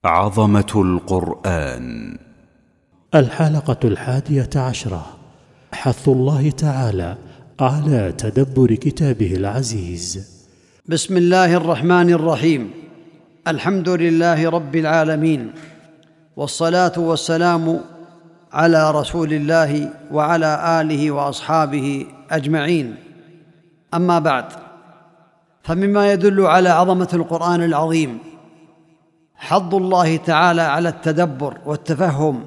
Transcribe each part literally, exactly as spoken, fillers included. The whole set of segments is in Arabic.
عظمة القرآن. الحلقة الحادية عشرة: حث الله تعالى على تدبر كتابه العزيز. بسم الله الرحمن الرحيم. الحمد لله رب العالمين، والصلاة والسلام على رسول الله وعلى آله وأصحابه أجمعين. أما بعد، فمما يدل على عظمة القرآن العظيم حض الله تعالى على التدبر والتفهم،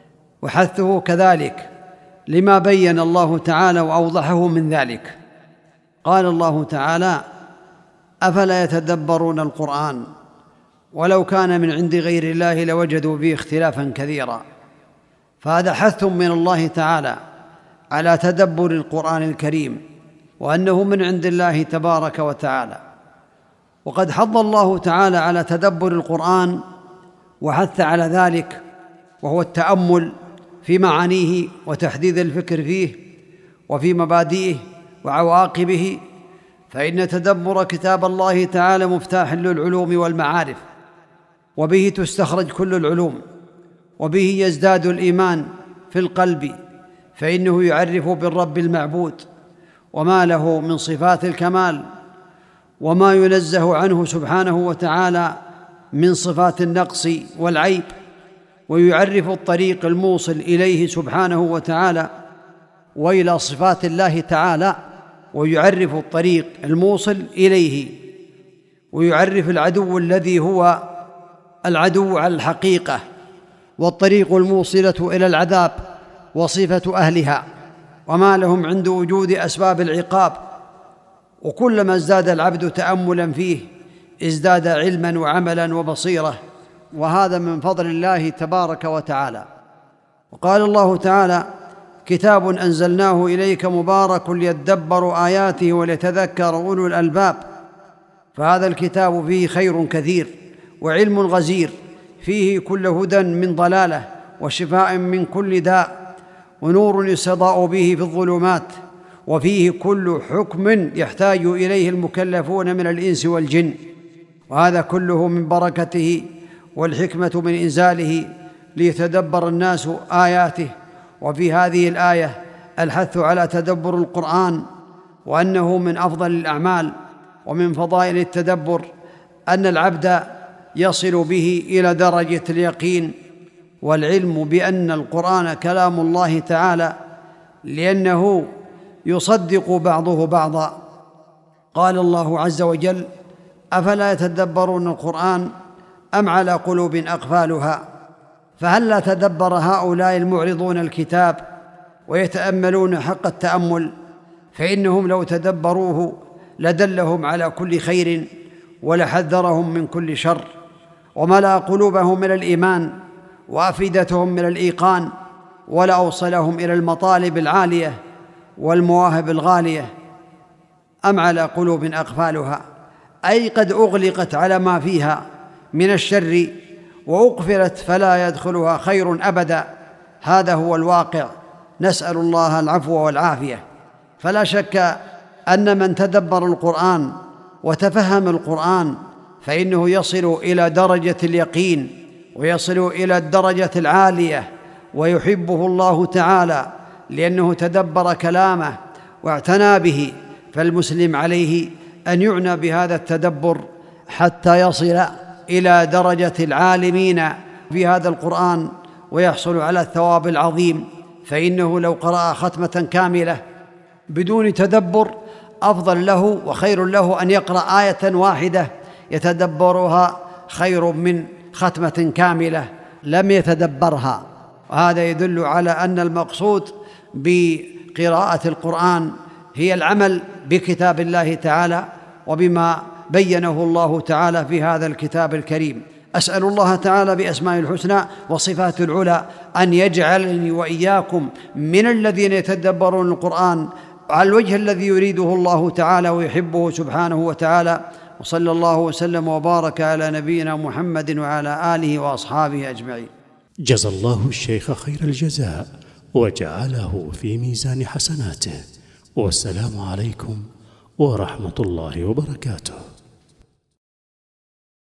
وحثه كذلك لما بين الله تعالى وأوضحه من ذلك. قال الله تعالى: أفلا يتدبرون القرآن ولو كان من عند غير الله لوجدوا فيه اختلافا كثيرا. فهذا حث من الله تعالى على تدبر القرآن الكريم، وأنه من عند الله تبارك وتعالى. وقد حض الله تعالى على تدبر القرآن وحث على ذلك، وهو التأمل في معانيه وتحديد الفكر فيه وفي مبادئه وعواقبه، فإن تدبر كتاب الله تعالى مفتاح للعلوم والمعارف، وبه تستخرج كل العلوم، وبه يزداد الإيمان في القلب، فإنه يعرف بالرب المعبود وما له من صفات الكمال، وما ينزه عنه سبحانه وتعالى من صفات النقص والعيب، ويعرف الطريق الموصل إليه سبحانه وتعالى وإلى صفات الله تعالى، ويعرف الطريق الموصل إليه، ويعرف العدو الذي هو العدو على الحقيقة، والطريق الموصلة إلى العذاب وصفة أهلها، وما لهم عند وجود أسباب العقاب. وكلما ازداد العبد تأملا فيه ازداد علما وعملا وبصيرة، وهذا من فضل الله تبارك وتعالى. وقال الله تعالى: كتاب أنزلناه إليك مبارك ليدبروا آياته وليتذكر أولو الألباب. فهذا الكتاب فيه خير كثير وعلم غزير، فيه كل هدى من ضلالة وشفاء من كل داء، ونور يستضاء به في الظلمات، وفيه كل حكم يحتاج إليه المكلفون من الإنس والجن. وهذا كله من بركته والحكمة من إنزاله ليتدبر الناس آياته. وفي هذه الآية الحث على تدبر القرآن، وأنه من أفضل الأعمال. ومن فضائل التدبر أن العبد يصل به إلى درجة اليقين والعلم بأن القرآن كلام الله تعالى، لأنه يصدق بعضه بعضا. قال الله عز وجل: أفلا يتدبرون القرآن أم على قلوب أقفالها. فهل لا تدبر هؤلاء المعرضون الكتاب ويتأملون حق التأمل؟ فإنهم لو تدبروه لدلهم على كل خير ولحذرهم من كل شر، وملأ قلوبهم من الإيمان وأفئدتهم من الإيقان، ولأوصلهم إلى المطالب العالية والمواهب الغالية. أم على قلوب أقفالها، أي قد أغلقت على ما فيها من الشر وأقفلت فلا يدخلها خير أبدا. هذا هو الواقع، نسأل الله العفو والعافية. فلا شك أن من تدبر القرآن وتفهم القرآن فإنه يصل إلى درجة اليقين، ويصل إلى الدرجة العالية، ويحبه الله تعالى لأنه تدبر كلامه واعتنى به. فالمسلم عليه أن يعنى بهذا التدبر حتى يصل إلى درجة العالمين في هذا القرآن ويحصل على الثواب العظيم. فإنه لو قرأ ختمة كاملة بدون تدبر أفضل له وخير له أن يقرأ آية واحدة يتدبرها خير من ختمة كاملة لم يتدبرها. وهذا يدل على أن المقصود بقراءة القرآن هي العمل بكتاب الله تعالى وبما بينه الله تعالى في هذا الكتاب الكريم. أسأل الله تعالى بأسمائه الحسنى وصفاته العلى أن يجعلني وإياكم من الذين يتدبرون القرآن على الوجه الذي يريده الله تعالى ويحبه سبحانه وتعالى. وصلى الله وسلم وبارك على نبينا محمد وعلى آله وأصحابه أجمعين. جزى الله الشيخ خير الجزاء وجعله في ميزان حسناته. والسلام عليكم ورحمة الله وبركاته.